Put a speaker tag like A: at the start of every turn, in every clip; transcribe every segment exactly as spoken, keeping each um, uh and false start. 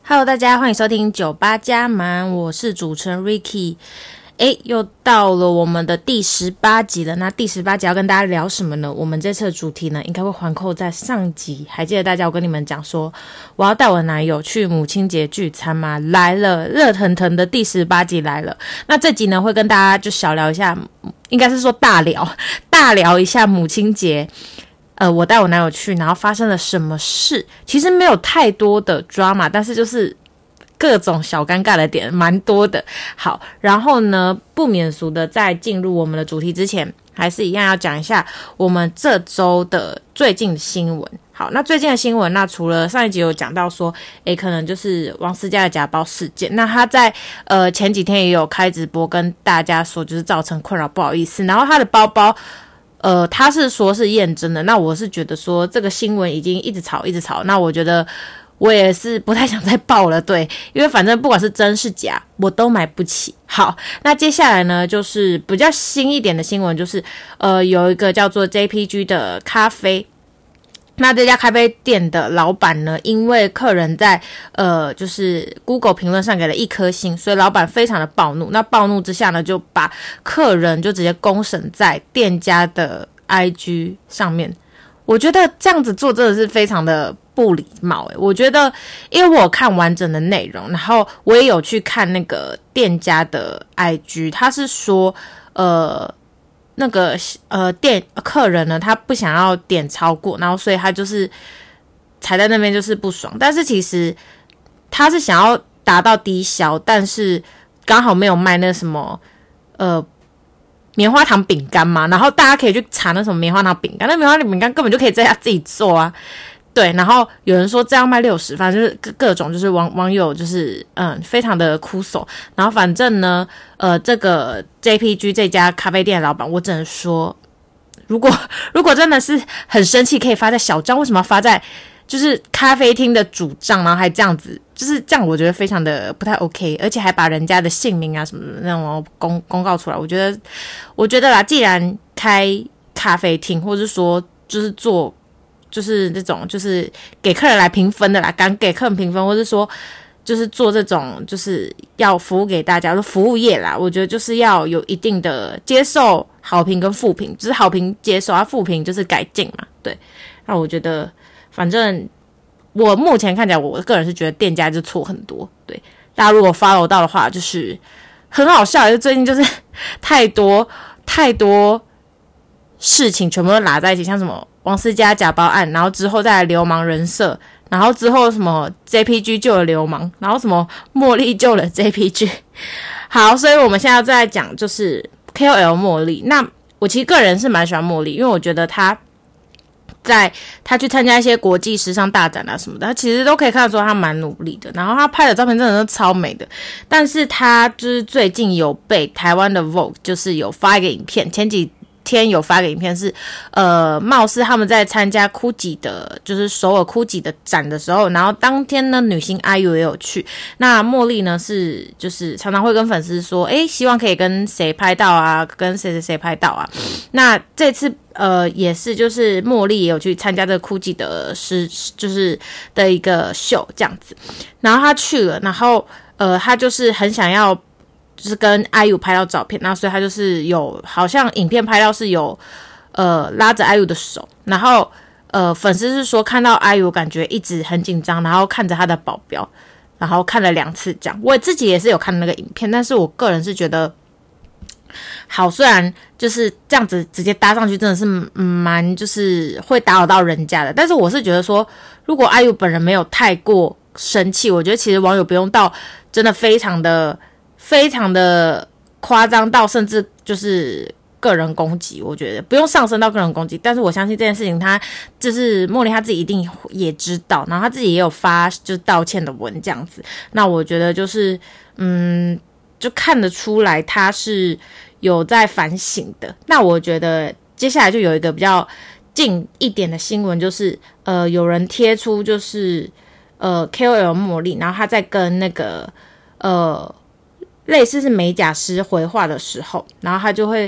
A: Hello， 大家欢迎收听九八加满，我是主持人 Ricky。诶，又到了我们的第十八集了。那第十八集要跟大家聊什么呢？我们这次的主题呢，应该会环扣在上集。还记得大家我跟你们讲说，我要带我男友去母亲节聚餐吗？来了，热腾腾的第十八集来了。那这集呢，会跟大家就小聊一下，应该是说大聊，大聊一下母亲节。呃，我带我男友去，然后发生了什么事？其实没有太多的 drama， 但是就是各种小尴尬的点蛮多的。好，然后呢，不免俗的在进入我们的主题之前，还是一样要讲一下我们这周的最近的新闻。好，那最近的新闻，那除了上一集有讲到说，诶，可能就是王思佳的假包事件，那他在呃前几天也有开直播跟大家说，就是造成困扰，不好意思。然后他的包包。呃，他是说是验真的，那我是觉得说这个新闻已经一直炒一直炒，那我觉得我也是不太想再报了，对，因为反正不管是真是假，我都买不起。好，那接下来呢，就是比较新一点的新闻，就是呃有一个叫做 J P G 的咖啡。那这家咖啡店的老板呢，因为客人在呃就是 Google 评论上给了一颗星，所以老板非常的暴怒。那暴怒之下呢，就把客人就直接公审在店家的 I G 上面。我觉得这样子做真的是非常的不礼貌诶。我觉得因为我有看完整的内容，然后我也有去看那个店家的 I G， 他是说呃那个呃店客人呢，他不想要点超过，然后所以他就是才在那边就是不爽。但是其实他是想要达到低消，但是刚好没有卖那什么呃棉花糖饼干嘛，然后大家可以去查那什么棉花糖饼干，那棉花糖饼干根本就可以在家自己做啊。对，然后有人说这样卖六十，反正就是各各种就是网网友就是嗯非常的哭手，然后反正呢呃这个 J P G 这家咖啡店的老板，我只能说，如果如果真的是很生气，可以发在小账，为什么要发在就是咖啡厅的主账，然后还这样子，就是这样，我觉得非常的不太 OK， 而且还把人家的姓名啊什么的那种公公告出来，我觉得我觉得啦，既然开咖啡厅，或者说就是做。就是这种，就是给客人来评分的啦，敢给客人评分，或是说，就是做这种，就是要服务给大家，就服务业啦。我觉得就是要有一定的接受好评跟负评，就是好评接受，啊负评就是改进嘛。对，那我觉得，反正我目前看起来，我个人是觉得店家就错很多。对，大家如果 follow 到的话，就是很好笑，就最近就是太多太多事情全部都拉在一起，像什么。王思佳假包案，然后之后再来流氓人设，然后之后什么 J P G 救了流氓，然后什么茉莉救了 J P G。好，所以我们现在再来讲就是 K O L 茉莉。那我其实个人是蛮喜欢茉莉，因为我觉得她在她去参加一些国际时尚大展啊什么的，她其实都可以看得出她蛮努力的。然后她拍的照片真的是超美的，但是她就是最近有被台湾的 Vogue 就是有发一个影片，前几。天有发个影片是，呃，貌似他们在参加 Gucci 的，就是首尔 Gucci 的展的时候，然后当天呢，女星 I U 也有去。那茉莉呢是就是常常会跟粉丝说，诶，希望可以跟谁拍到啊，跟谁谁谁拍到啊。那这次呃也是就是茉莉也有去参加这个 Gucci 的是就是的一个秀这样子，然后她去了，然后呃她就是很想要。就是跟 I U 拍到照片，那所以他就是有好像影片拍到是有呃拉着 I U 的手，然后呃粉丝是说看到 I U 感觉一直很紧张，然后看着他的保镖，然后看了两次这样。我自己也是有看那个影片，但是我个人是觉得好，虽然就是这样子直接搭上去真的是蛮就是会打扰到人家的，但是我是觉得说，如果 I U 本人没有太过生气，我觉得其实网友不用到真的非常的。非常的夸张到甚至就是个人攻击，我觉得不用上升到个人攻击，但是我相信这件事情他就是茉莉他自己一定也知道，然后他自己也有发就是道歉的文这样子，那我觉得就是嗯就看得出来他是有在反省的。那我觉得接下来就有一个比较近一点的新闻，就是呃有人贴出就是呃 K O L 茉莉，然后他在跟那个呃类似是美甲师回话的时候，然后他就会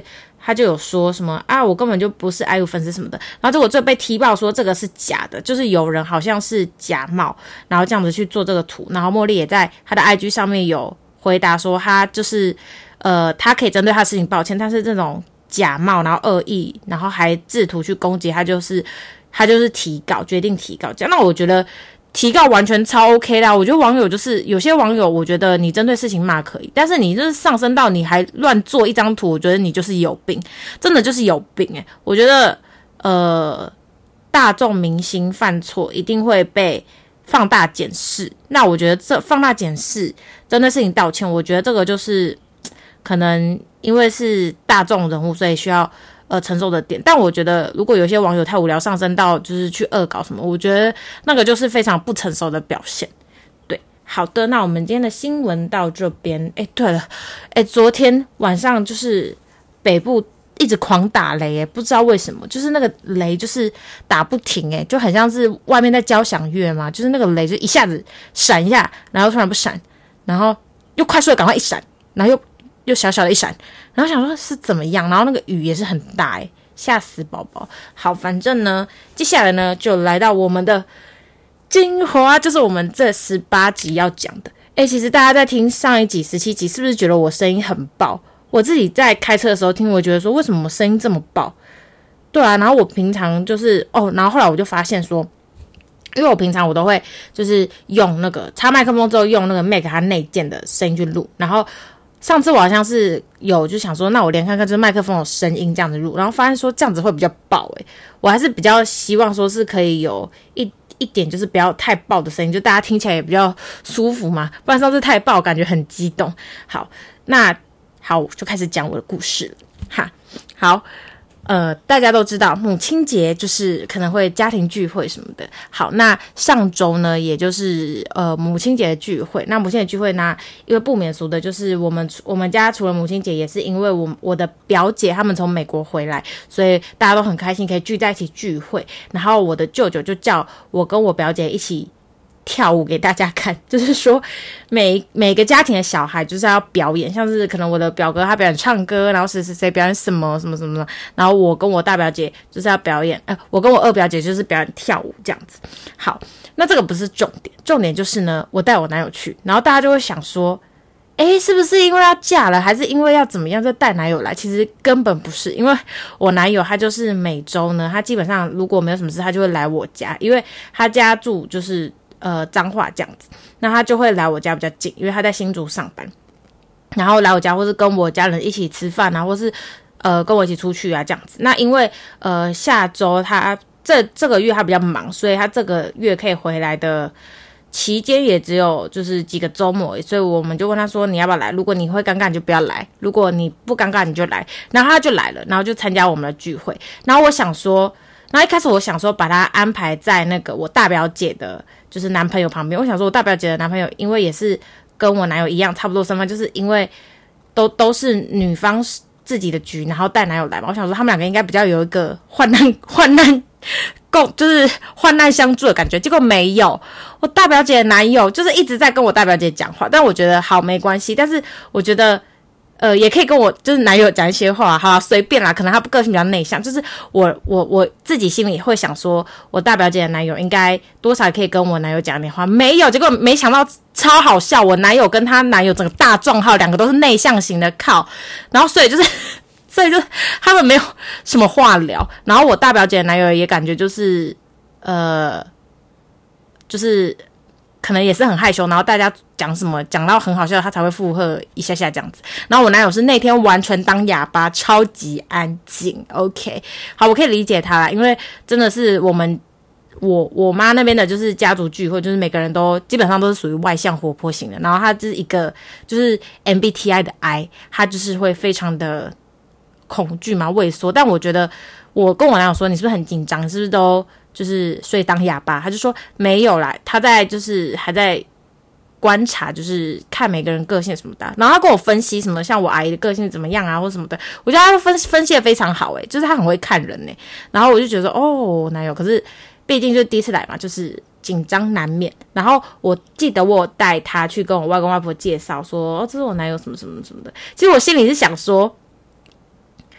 A: 他就有说什么啊，我根本就不是 I U 粉丝什么的，然后结果就被踢爆说这个是假的，就是有人好像是假冒，然后这样子去做这个图，然后茉莉也在他的 I G 上面有回答说他就是呃，他可以针对他的事情抱歉，但是这种假冒然后恶意，然后还制图去攻击他，就是他就是提告，决定提告这样。那我觉得提告完全超 OK 啦，我觉得网友就是有些网友，我觉得你针对事情骂可以，但是你就是上升到你还乱做一张图，我觉得你就是有病，真的就是有病诶、欸。我觉得呃，大众明星犯错一定会被放大检视，那我觉得这放大检视针对事情道歉，我觉得这个就是可能因为是大众人物，所以需要呃承受的点，但我觉得如果有些网友太无聊，上升到就是去恶搞什么，我觉得那个就是非常不成熟的表现。对，好的，那我们今天的新闻到这边。诶，对了，诶，昨天晚上就是北部一直狂打雷，诶，不知道为什么，就是那个雷就是打不停，诶，就很像是外面在交响乐嘛，就是那个雷就一下子闪一下，然后突然不闪，然后又快速的赶快一闪，然后又又小小的一闪，然后想说是怎么样，然后那个雨也是很大诶，吓死宝宝。好，反正呢，接下来呢就来到我们的精华，就是我们这十八集要讲的。诶，其实大家在听上一集十七集，是不是觉得我声音很爆？我自己在开车的时候听，我觉得说为什么我声音这么爆？对啊，然后我平常就是哦，然后后来我就发现说，因为我平常我都会就是用那个插麦克风之后用那个 Mac 它内建的声音去录，然后上次我好像是有就想说，那我连看看就是麦克风有声音这样子录，然后发现说这样子会比较爆诶、欸，我还是比较希望说是可以有一一点就是不要太爆的声音，就大家听起来也比较舒服嘛，不然上次太爆感觉很激动。好，那好就开始讲我的故事了哈。好。呃，大家都知道母亲节就是可能会家庭聚会什么的。好，那上周呢，也就是呃母亲节的聚会。那母亲节聚会呢，因为不免俗的，就是我们我们家除了母亲节，也是因为我我的表姐他们从美国回来，所以大家都很开心可以聚在一起聚会。然后我的舅舅就叫我跟我表姐一起跳舞给大家看，就是说每每个家庭的小孩就是要表演，像是可能我的表哥他表演唱歌，然后谁谁谁表演什么什么什么的，然后我跟我大表姐就是要表演，呃，我跟我二表姐就是表演跳舞这样子。好，那这个不是重点，重点就是呢，我带我男友去，然后大家就会想说，诶，是不是因为要嫁了，还是因为要怎么样就带男友来？其实根本不是，因为我男友他就是每周呢，他基本上如果没有什么事，他就会来我家，因为他家住就是呃彰化这样子，那他就会来我家比较近，因为他在新竹上班，然后来我家或是跟我家人一起吃饭啊，或是呃跟我一起出去啊这样子。那因为呃下周他这这个月他比较忙，所以他这个月可以回来的期间也只有就是几个周末，所以我们就问他说你要不要来，如果你会尴尬你就不要来，如果你不尴尬你就来。然后他就来了，然后就参加我们的聚会。然后我想说，然后一开始我想说把他安排在那个我大表姐的就是男朋友旁边，我想说我大表姐的男朋友因为也是跟我男友一样差不多身份，就是因为都都是女方自己的局，然后带男友来嘛，我想说他们两个应该比较有一个患难患难共就是患难相助的感觉，结果没有。我大表姐的男友就是一直在跟我大表姐讲话，但我觉得好没关系，但是我觉得呃也可以跟我就是男友讲一些话，好随便啦，可能他个性比较内向，就是我我我自己心里会想说我大表姐的男友应该多少可以跟我男友讲点话，没有，结果没想到超好笑，我男友跟他男友整个大撞号，两个都是内向型的靠，然后所以就是所以就他们没有什么话聊，然后我大表姐的男友也感觉就是呃就是可能也是很害羞，然后大家讲什么讲到很好笑他才会附和一下下这样子。然后我男友是那天完全当哑巴，超级安静。 OK， 好，我可以理解他啦，因为真的是我们我我妈那边的就是家族聚会，就是每个人都基本上都是属于外向活泼型的，然后他就是一个就是 M B T I 的 I， 他就是会非常的恐惧嘛，畏缩。但我觉得我跟我男友说你是不是很紧张，你是不是都就是所以当哑巴，他就说没有啦，他在就是还在观察，就是看每个人个性什么的。然后他跟我分析什么像我阿姨的个性怎么样啊或什么的，我觉得他分分析的非常好诶、欸，就是他很会看人诶、欸。然后我就觉得哦男友，可是毕竟就是第一次来嘛，就是紧张难免。然后我记得我有带他去跟我外公外婆介绍说哦这是我男友什么什么什么的，其实我心里是想说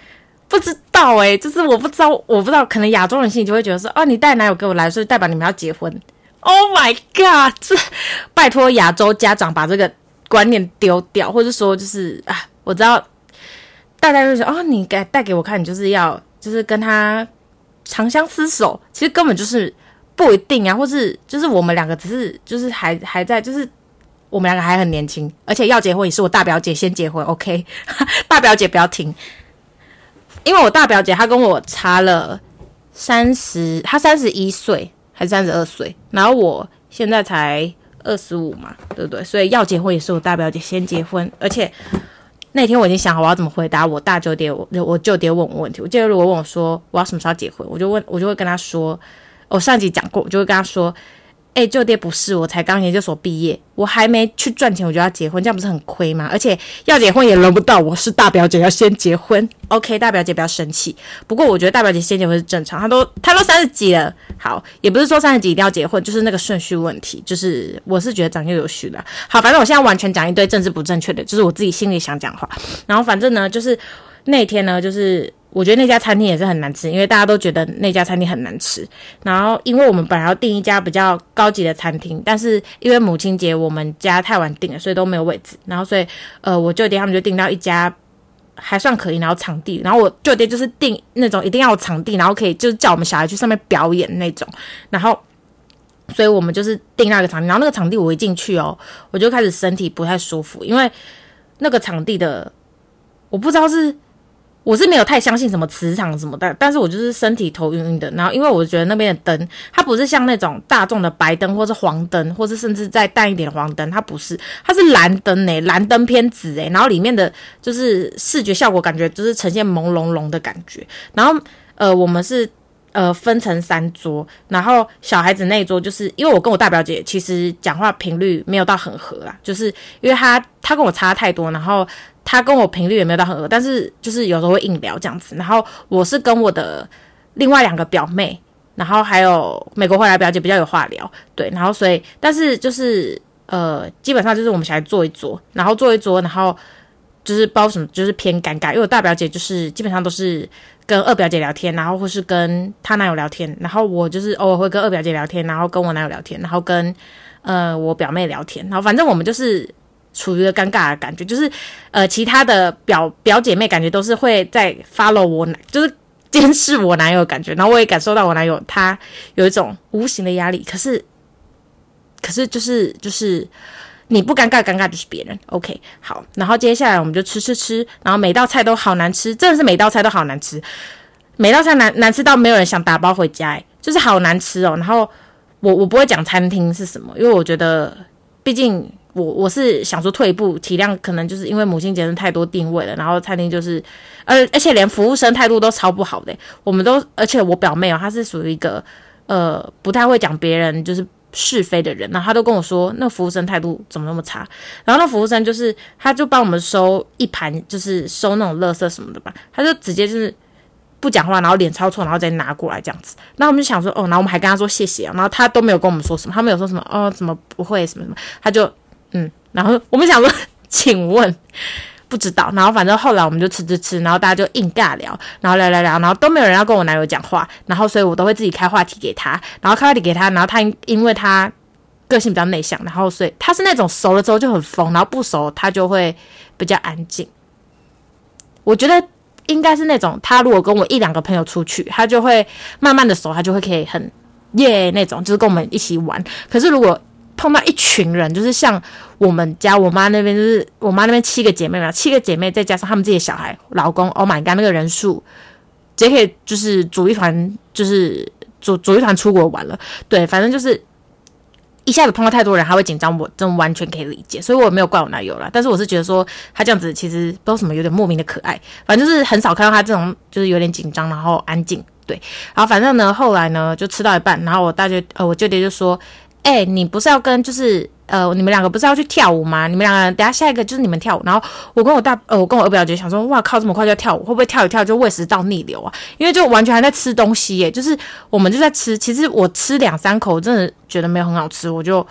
A: 不知道哎、欸，就是我不知道，我不知道，可能亚洲人心里就会觉得说，哦，你带男友给我来，所以代表你们要结婚。Oh my god！ 这拜托亚洲家长把这个观念丢掉，或者说就是啊，我知道大家就说，哦，你给带给我看，你就是要就是跟他长相厮守，其实根本就是不一定啊，或是就是我们两个只是就是还还在就是。我们两个还很年轻，而且要结婚也是我大表姐先结婚 ，OK？ 大表姐不要听，因为我大表姐她跟我差了三十，她三十一岁还是三十二岁，然后我现在才二十五嘛，对不对？所以要结婚也是我大表姐先结婚，而且那天我已经想好我要怎么回答我大舅爹，我我舅爹问我问题。我记得如果问我说我要什么时候结婚，我就问我就会跟他说，我上集讲过，我就会跟他说。哎、欸，舅爹不是，我才刚研究所毕业，我还没去赚钱，我就要结婚，这样不是很亏吗？而且要结婚也轮不到我，是大表姐要先结婚。OK， 大表姐不要生气。不过我觉得大表姐先结婚是正常，她都她都三十几了，好，也不是说三十几一定要结婚，就是那个顺序问题，就是我是觉得长幼有序的。好，反正我现在完全讲一堆政治不正确的，就是我自己心里想讲话。然后反正呢，就是那天呢，就是。我觉得那家餐厅也是很难吃，因为大家都觉得那家餐厅很难吃。然后，因为我们本来要订一家比较高级的餐厅，但是因为母亲节我们家太晚订了，所以都没有位置。然后，所以呃，我舅爹他们就订到一家还算可以，然后场地。然后我舅爹就是订那种一定要有场地，然后可以就是叫我们小孩去上面表演那种。然后，所以我们就是订那个场地。然后那个场地我一进去哦，我就开始身体不太舒服，因为那个场地的我不知道是。我是没有太相信什么磁场什么的，但是我就是身体头晕晕的。然后因为我觉得那边的灯，它不是像那种大众的白灯或是黄灯，或是甚至再淡一点的黄灯，它不是，它是蓝灯诶、欸，蓝灯偏紫诶、欸，然后里面的就是视觉效果感觉就是呈现朦胧胧的感觉。然后呃，我们是呃分成三桌，然后小孩子那一桌就是因为我跟我大表姐其实讲话频率没有到很合啦，就是因为她她跟我差太多，然后。他跟我频率也没有到很合，但是就是有时候会硬聊这样子。然后我是跟我的另外两个表妹，然后还有美国回来表姐比较有话聊，对。然后所以，但是就是呃，基本上就是我们小孩坐一桌，然后坐一桌，然后就是不知道什么，就是偏尴尬。因为我大表姐就是基本上都是跟二表姐聊天，然后或是跟她男友聊天，然后我就是偶尔会跟二表姐聊天，然后跟我男友聊天，然后跟呃我表妹聊天，然后反正我们就是。处于一个尴尬的感觉，就是呃，其他的表表姐妹感觉都是会在 follow 我，就是监视我男友的感觉，然后我也感受到我男友他有一种无形的压力，可是可是就是就是你不尴尬，尴尬就是别人。OK， 好，然后接下来我们就吃吃吃，然后每道菜都好难吃，真的是每道菜都好难吃，每道菜难难吃到没有人想打包回家，欸，就是好难吃哦。然后我我不会讲餐厅是什么，因为我觉得毕竟。我我是想说退一步体谅，可能就是因为母亲节真的太多定位了，然后餐厅就是，而而且连服务生态度都超不好的，我们都，而且我表妹哦，她是属于一个呃不太会讲别人就是是非的人，然后她都跟我说，那服务生态度怎么那么差？然后那服务生就是他就帮我们收一盘，就是收那种垃圾什么的吧，他就直接就是不讲话，然后脸超臭，然后再拿过来这样子。然后我们就想说，哦，然后我们还跟他说谢谢啊，然后他都没有跟我们说什么，他没有说什么哦，怎么不会什么什么，他就。嗯，然后我们想说，请问不知道，然后反正后来我们就吃吃吃，然后大家就硬尬聊，然后聊聊聊，然后都没有人要跟我男友讲话，然后所以我都会自己开话题给他，然后开话题给他，然后他因为他个性比较内向，然后所以他是那种熟了之后就很疯，然后不熟他就会比较安静。我觉得应该是那种他如果跟我一两个朋友出去，他就会慢慢的熟，他就会可以很耶、yeah, 那种，就是跟我们一起玩。可是如果碰到一群人，就是像我们家我妈那边，就是我妈那边七个姐妹嘛，七个姐妹再加上他们自己的小孩、老公 ，Oh my god， 那个人数直接可以就是组一团，就是组组一团出国玩了。对，反正就是一下子碰到太多人，他会紧张，我真的完全可以理解，所以我没有怪我男友啦。但是我是觉得说他这样子其实不知道什么有点莫名的可爱，反正就是很少看到他这种就是有点紧张然后安静。对，然后反正呢后来呢就吃到一半，然后我大舅呃我舅爹就说。哎、欸，你不是要跟就是呃，你们两个不是要去跳舞吗？你们两个等一下下一个就是你们跳舞，然后我跟我大呃，我跟我二表姐想说，哇靠，这么快就要跳舞，会不会跳一跳就胃食道逆流啊？因为就完全还在吃东西耶，就是我们就在吃，其实我吃两三口，真的觉得没有很好吃，我就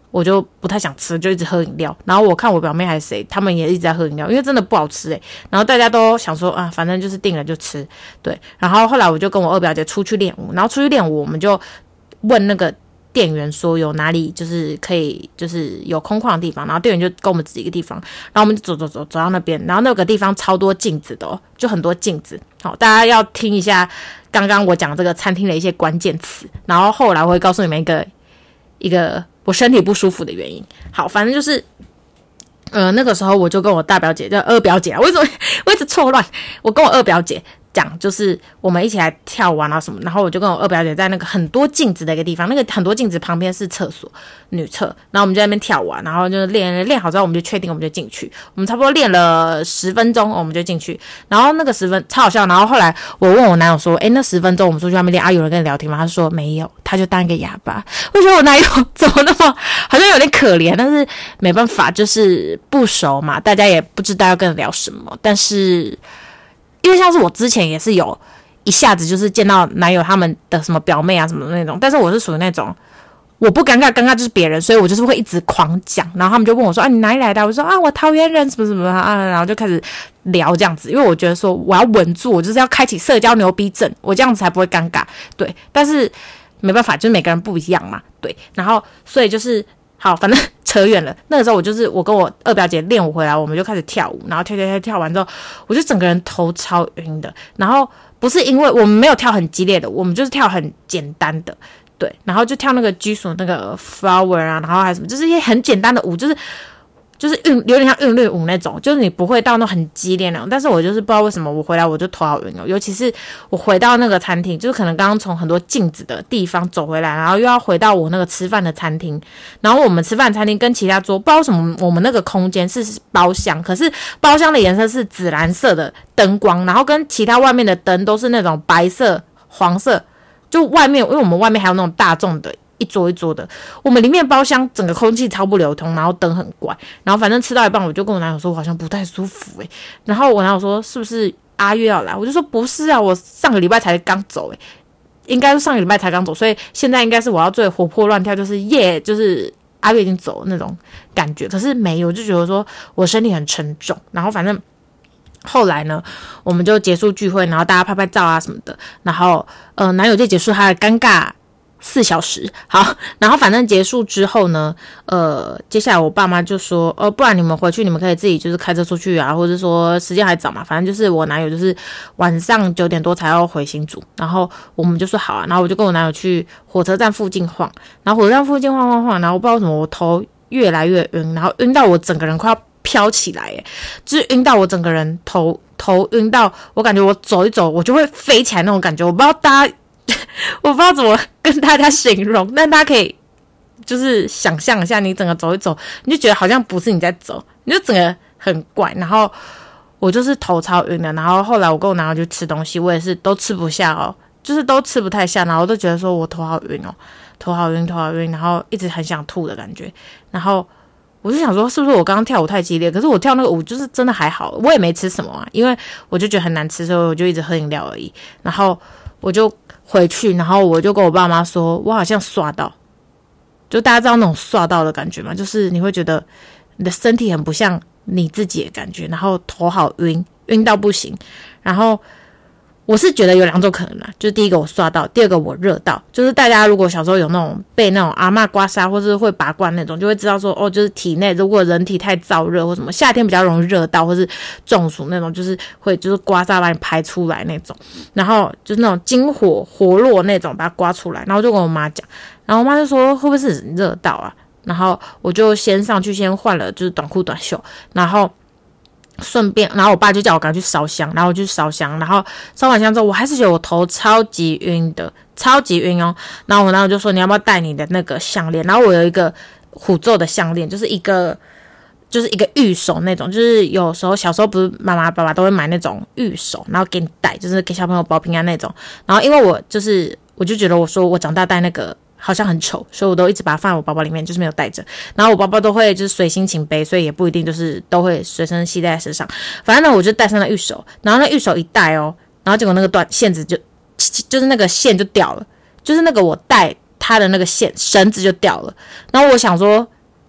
A: 我就不太想吃，就一直喝饮料。然后我看我表妹还是谁，他们也一直在喝饮料，因为真的不好吃诶、欸。然后大家都想说啊，反正就是定了就吃，对。然后后来我就跟我二表姐出去练舞，然后出去练舞，我们就问那个店员说有哪里就是可以就是有空旷的地方，然后店员就跟我们指一个地方，然后我们就走走走走到那边，然后那个地方超多镜子的哦，就很多镜子。好，大家要听一下刚刚我讲这个餐厅的一些关键词，然后后来我会告诉你们一个一个我身体不舒服的原因。好，反正就是，呃，那个时候我就跟我大表姐叫二表姐啊，为什么我一直错乱？我跟我二表姐讲，就是我们一起来跳舞啊什么，然后我就跟我二表姐在那个很多镜子的一个地方，那个很多镜子旁边是厕所女厕，然后我们就在那边跳舞啊，然后就练练好之后，我们就确定我们就进去，我们差不多练了十分钟，我们就进去，然后那个十分超好笑，然后后来我问我男友说，诶，那十分钟我们出去外面练啊，有人跟你聊天吗？他说没有，他就当一个哑巴。我觉得我男友怎么那么好像有点可怜，但是没办法，就是不熟嘛，大家也不知道要跟人聊什么，但是。因为像是我之前也是有一下子就是见到男友他们的什么表妹啊什么的那种，但是我是属于那种我不尴尬，尴尬就是别人，所以我就是会一直狂讲，然后他们就问我说啊你哪里来的？我说啊我桃园人什么什么啊，然后就开始聊这样子，因为我觉得说我要稳住，我就是要开启社交牛逼症，我这样子才不会尴尬，对，但是没办法，就是每个人不一样嘛，对，然后所以就是好，反正扯远了。那个时候我就是我跟我二表姐练舞回来，我们就开始跳舞，然后跳跳跳跳完之后，我就整个人头超晕的。然后不是因为我们没有跳很激烈的，我们就是跳很简单的，对，然后就跳那个居所那个 flower 啊，然后还有什么，就是一些很简单的舞，就是就是韵有点像韵律舞那种，就是你不会到那种很激烈那种。但是我就是不知道为什么我回来我就头好晕哦，尤其是我回到那个餐厅，就是可能刚刚从很多镜子的地方走回来，然后又要回到我那个吃饭的餐厅，然后我们吃饭的餐厅跟其他桌不知道为什么我们那个空间是包厢，可是包厢的颜色是紫蓝色的灯光，然后跟其他外面的灯都是那种白色、黄色，就外面因为我们外面还有那种大众的。一桌一桌的，我们里面包厢整个空气超不流通，然后灯很怪，然后反正吃到一半，我就跟我男友说，我好像不太舒服诶，然后我男友说是不是阿月要来？我就说不是啊，我上个礼拜才刚走诶，应该是上个礼拜才刚走，所以现在应该是我要最活泼乱跳，就是耶，就是阿月已经走了那种感觉，可是没有，就觉得说我身体很沉重，然后反正。后来呢，我们就结束聚会，然后大家拍拍照啊什么的，然后呃，男友就结束他的尴尬四小时，好，然后反正结束之后呢，呃，接下来我爸妈就说，呃，不然你们回去，你们可以自己就是开车出去啊，或者说时间还早嘛，反正就是我男友就是晚上九点多才要回新竹，然后我们就说好啊，然后我就跟我男友去火车站附近晃，然后火车站附近晃晃晃，然后我不知道为什么我头越来越晕，然后晕到我整个人快要飘起来，耶，就是晕到我整个人头头晕到我感觉我走一走我就会飞起来那种感觉，我不知道大家。我不知道怎么跟大家形容，但大家可以就是想象一下，你整个走一走，你就觉得好像不是你在走，你就整个很怪。然后我就是头超晕的，然后后来我跟我男友去吃东西，我也是都吃不下哦，就是都吃不太下，然后我都觉得说我头好晕哦，头好晕，头好晕，然后一直很想吐的感觉。然后我就想说，是不是我刚刚跳舞太激烈？可是我跳那个舞就是真的还好，我也没吃什么啊，因为我就觉得很难吃，所以我就一直喝饮料而已。然后我就。回去，然后我就跟我爸妈说，我好像刷到，就大家知道那种刷到的感觉吗？就是你会觉得你的身体很不像你自己的感觉，然后头好晕，晕到不行。然后我是觉得有两种可能啦，就是第一个我刷到，第二个我热到。就是大家如果小时候有那种被那种阿嬷刮痧，或是会拔罐那种，就会知道说，哦，就是体内如果人体太燥热或什么，夏天比较容易热到，或是中暑那种，就是会就是刮痧把你排出来那种，然后就是那种经火活络那种把它刮出来，然后就跟我妈讲，然后我妈就说会不会是热到啊？然后我就先上去先换了就是短裤短袖，然后。顺便，然后我爸就叫我赶快去烧香，然后我就去烧香，然后烧完香之后，我还是觉得我头超级晕的，超级晕哦。然后我男友就说你要不要戴你的那个项链？然后我有一个虎咒的项链，就是一个就是一个玉手那种，就是有时候小时候不是妈妈爸爸都会买那种玉手，然后给你戴，就是给小朋友保平安那种。然后因为我就是我就觉得我说我长大戴那个。好像很丑，所以我都一直把它放在我包包里面，就是没有带着。然后我包包都会就是随心情背，所以也不一定就是都会随身携带在身上。反正呢，我就戴上了玉手，然后那玉手一戴哦，然后结果那个断线子就就是那个线就掉了，就是那个我戴它的那个线绳子就掉了。然后我想说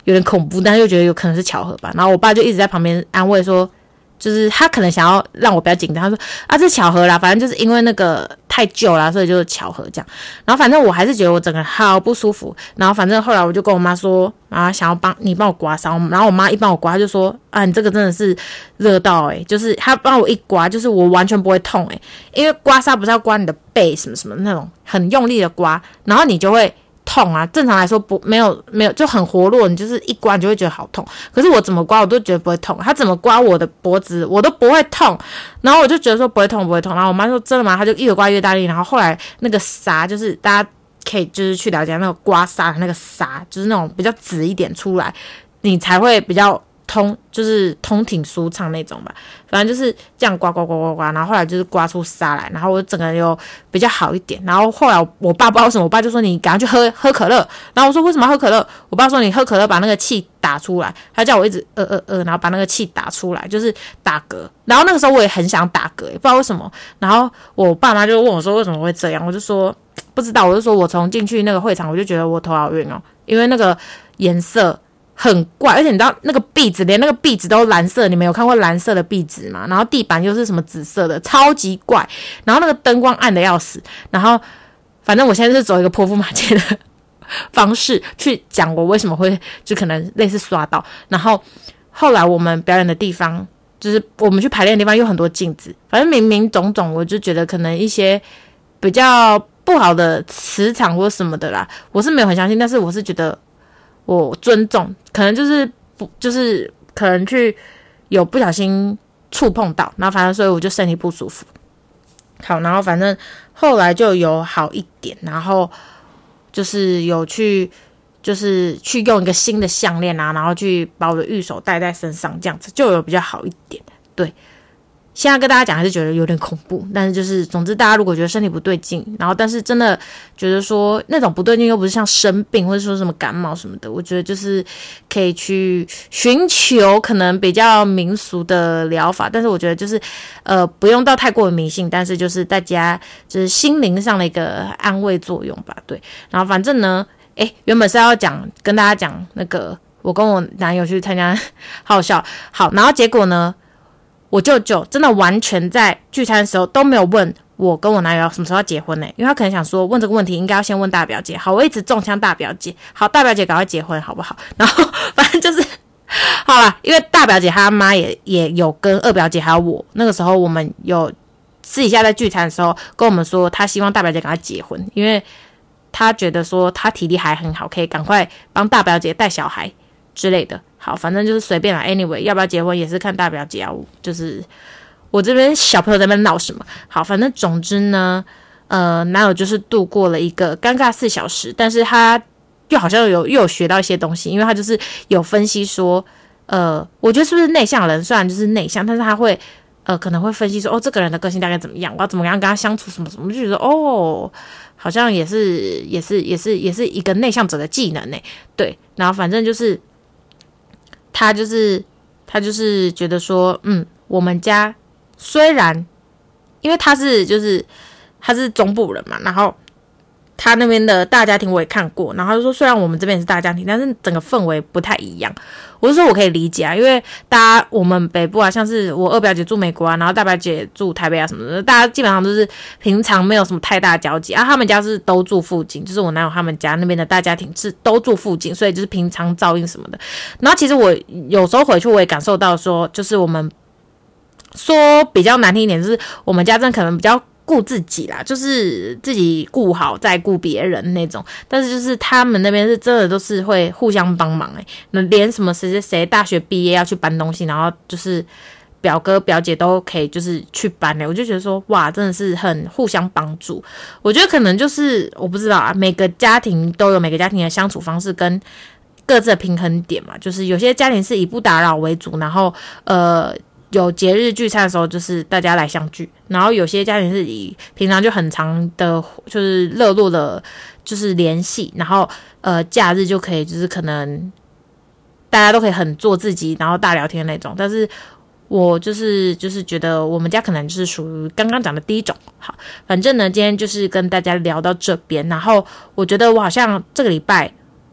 A: 有点恐怖，但是又觉得有可能是巧合吧。然后我爸就一直在旁边安慰说，就是他可能想要让我不要紧张，他说啊这巧合啦，反正就是因为那个太旧啦，所以就是巧合这样。然后反正我还是觉得我整个人好不舒服。然后反正后来我就跟我妈说啊，想要帮你帮我刮痧。然后我妈一帮我刮，就说啊你这个真的是热到诶、欸、就是她帮我一刮，就是我完全不会痛诶、欸、因为刮痧不是要刮你的背什么什么那种很用力的刮，然后你就会痛啊，正常来说不没有没有就很活络，你就是一刮你就会觉得好痛。可是我怎么刮我都觉得不会痛，他怎么刮我的脖子我都不会痛，然后我就觉得说不会痛不会痛。然后我妈说真的吗？他就越刮越大力，然后后来那个痧就是大家可以就是去了解那个刮痧的那个痧，就是那种比较紫一点出来，你才会比较通，就是通挺舒畅那种吧。反正就是这样刮刮刮刮刮，然后后来就是刮出痧来，然后我整个人又比较好一点。然后后来我爸不知道为什么，我爸就说你赶快去喝喝可乐。然后我说为什么要喝可乐？我爸说你喝可乐把那个气打出来，他叫我一直呃呃呃，然后把那个气打出来，就是打嗝。然后那个时候我也很想打嗝，也不知道为什么。然后我爸妈就问我说为什么会这样，我就说不知道，我就说我从进去那个会场我就觉得我头好晕哦，因为那个颜色很怪，而且你知道那个壁纸，连那个壁纸都蓝色，你们有看过蓝色的壁纸吗？然后地板又是什么紫色的，超级怪。然后那个灯光暗的要死。然后反正我现在是走一个泼妇骂街的方式去讲我为什么会就可能类似刷到。然后后来我们表演的地方，就是我们去排练的地方有很多镜子，反正明明种种，我就觉得可能一些比较不好的磁场或什么的啦，我是没有很相信，但是我是觉得我尊重，可能就是不就是可能去有不小心触碰到，然后反正所以我就身体不舒服。好，然后反正后来就有好一点，然后就是有去就是去用一个新的项链啊，然后去把我的玉手戴在身上，这样子就有比较好一点。对，现在跟大家讲还是觉得有点恐怖，但是就是总之大家如果觉得身体不对劲，然后但是真的觉得说那种不对劲又不是像生病或者说什么感冒什么的，我觉得就是可以去寻求可能比较民俗的疗法，但是我觉得就是呃不用到太过于迷信，但是就是大家就是心灵上的一个安慰作用吧。对，然后反正呢诶原本是要讲跟大家讲那个我跟我男友去参加好好笑，好，然后结果呢我舅舅真的完全在聚餐的时候都没有问我跟我男友什么时候要结婚呢、欸？因为他可能想说问这个问题应该要先问大表姐。好，我一直中枪大表姐，好，大表姐赶快结婚好不好？然后反正就是好啦，因为大表姐她妈也也有跟二表姐还有我，那个时候我们有私底下在聚餐的时候跟我们说，她希望大表姐赶快结婚，因为她觉得说她体力还很好，可以赶快帮大表姐带小孩之类的。好，反正就是随便啦 anyway 要不要结婚也是看大表姐啊，就是我这边小朋友在那边闹什么。好，反正总之呢呃，男友就是度过了一个尴尬四小时，但是他又好像有又有学到一些东西，因为他就是有分析说呃，我觉得是不是内向人虽然就是内向，但是他会呃可能会分析说哦这个人的个性大概怎么样，我要怎么样跟他相处什么什么，就觉得哦好像也是也是也是也是一个内向者的技能欸。对，然后反正就是他就是他就是觉得说嗯我们家虽然因为他是就是他是中部人嘛，然后他那边的大家庭我也看过，然后他就说虽然我们这边也是大家庭，但是整个氛围不太一样。我就说我可以理解啊，因为大家我们北部啊，像是我二表姐住美国啊，然后大表姐住台北啊什么的，大家基本上都是平常没有什么太大交集啊。他们家是都住附近，就是我男友他们家那边的大家庭是都住附近，所以就是平常照应什么的。然后其实我有时候回去我也感受到说，就是我们说比较难听一点，就是我们家真的可能比较顾自己啦，就是自己顾好再顾别人那种，但是就是他们那边是真的都是会互相帮忙诶、欸，那连什么谁谁谁大学毕业要去搬东西，然后就是表哥表姐都可以就是去搬诶、欸，我就觉得说哇真的是很互相帮助。我觉得可能就是我不知道啊，每个家庭都有每个家庭的相处方式跟各自的平衡点嘛，就是有些家庭是以不打扰为主，然后呃有节日聚餐的时候就是大家来相聚，然后有些家庭是以平常就很长的就是热络的就是联系，然后呃假日就可以就是可能大家都可以很做自己然后大聊天那种。但是我就是就是觉得我们家可能就是属于刚刚讲的第一种。好，反正呢今天就是跟大家聊到这边，然后我觉得我好像这个礼拜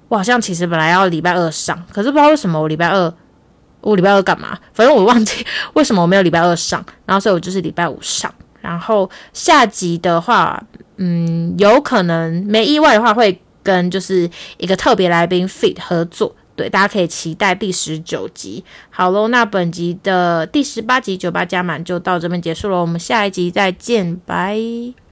A: 我好像其实本来要礼拜二上，可是不知道为什么我礼拜二我礼拜二干嘛？反正我忘记为什么我没有礼拜二上，然后所以我就是礼拜五上。然后下集的话，嗯，有可能没意外的话会跟就是一个特别来宾 Fit 合作，对，大家可以期待第十九集。好咯，那本集的第十八集酒吧加满就到这边结束了，我们下一集再见，拜。